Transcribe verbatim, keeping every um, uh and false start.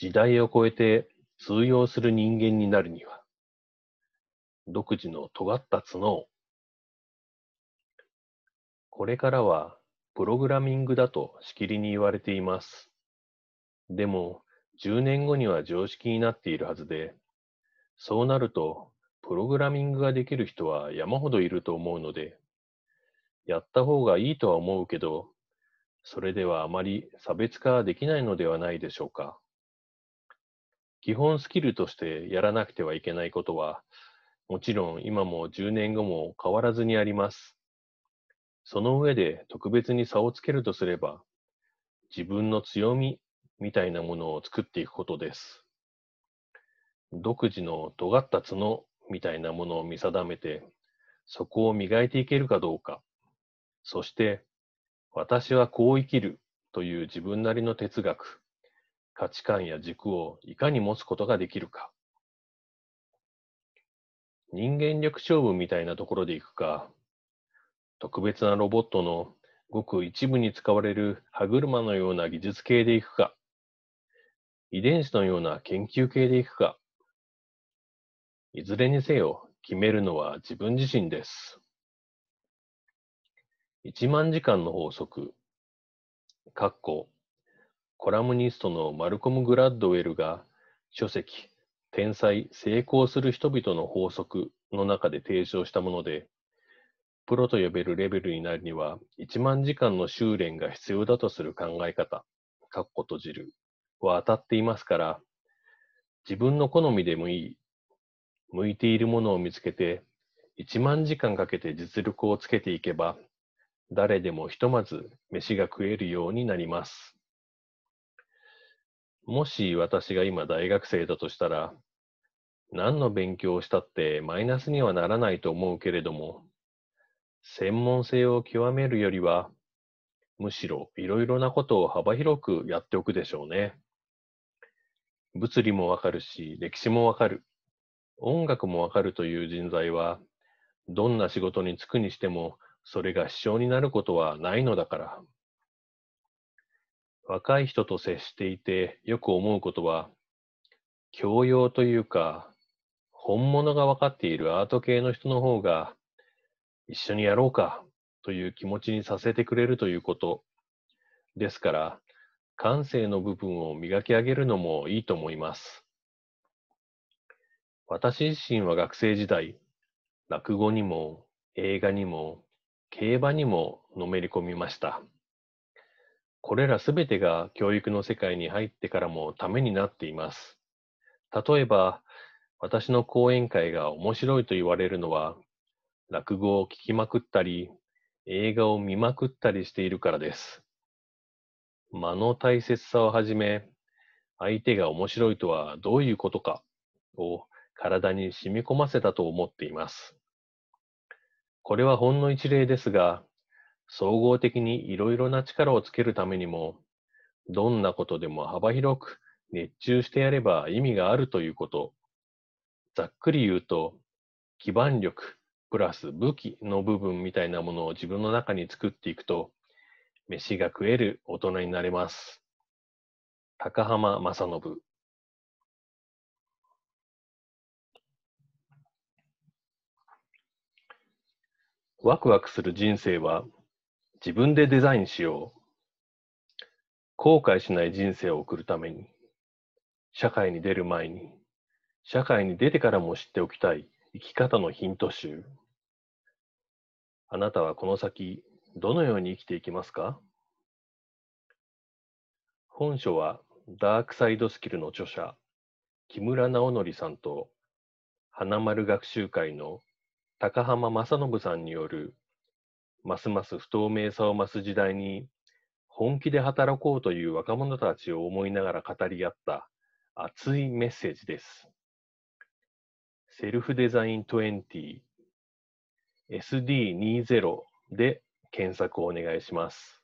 時代を超えて通用する人間になるには、独自の尖った角を、これからはプログラミングだとしきりに言われています。でも、じゅうねんごには常識になっているはずで、そうなると、プログラミングができる人は山ほどいると思うので、やった方がいいとは思うけど、それではあまり差別化できないのではないでしょうか。基本スキルとしてやらなくてはいけないことは、もちろん今もじゅうねんごも変わらずにあります。その上で特別に差をつけるとすれば、自分の強みみたいなものを作っていくことです。独自の尖った角みたいなものを見定めて、そこを磨いていけるかどうか、そして私はこう生きるという自分なりの哲学、価値観や軸をいかに持つことができるか。人間力勝負みたいなところでいくか、特別なロボットのごく一部に使われる歯車のような技術系でいくか、遺伝子のような研究系でいくか、いずれにせよ決めるのは自分自身です。いちまん時間の法則、かっこコラムニストのマルコム・グラッドウェルが書籍、天才、成功する人々の法則の中で提唱したもので、プロと呼べるレベルになるにはいちまん時間の修練が必要だとする考え方、かっこ閉じる、は当たっていますから、自分の好みでもいい、向いているものを見つけて、いちまん時間かけて実力をつけていけば、誰でもひとまず飯が食えるようになります。もし私が今大学生だとしたら、何の勉強をしたってマイナスにはならないと思うけれども、専門性を極めるよりは、むしろいろいろなことを幅広くやっておくでしょうね。物理もわかるし、歴史もわかる、音楽もわかるという人材は、どんな仕事に就くにしても、それが支障になることはないのだから。若い人と接していてよく思うことは、教養というか、本物が分かっているアート系の人の方が、一緒にやろうかという気持ちにさせてくれるということですから、感性の部分を磨き上げるのもいいと思います。私自身は学生時代、落語にも映画にも競馬にものめり込みました。これらすべてが教育の世界に入ってからもためになっています。例えば、私の講演会が面白いと言われるのは、落語を聞きまくったり、映画を見まくったりしているからです。間の大切さをはじめ、相手が面白いとはどういうことかを体に染み込ませたと思っています。これはほんの一例ですが、総合的にいろいろな力をつけるためにも、どんなことでも幅広く熱中してやれば意味があるということ。ざっくり言うと、基盤力プラス武器の部分みたいなものを自分の中に作っていくと、飯が食える大人になれます。高浜正信。ワクワクする人生は自分でデザインしよう。後悔しない人生を送るために、社会に出る前に、社会に出てからも知っておきたい生き方のヒント集。あなたはこの先、どのように生きていきますか？本書は、ダークサイドスキルの著者、木村直則さんと、花丸学習会の高浜正信さんによる、ますます不透明さを増す時代に、本気で働こうという若者たちを思いながら語り合った熱いメッセージです。セルフデザインにじゅう、エスディーにじゅう で検索をお願いします。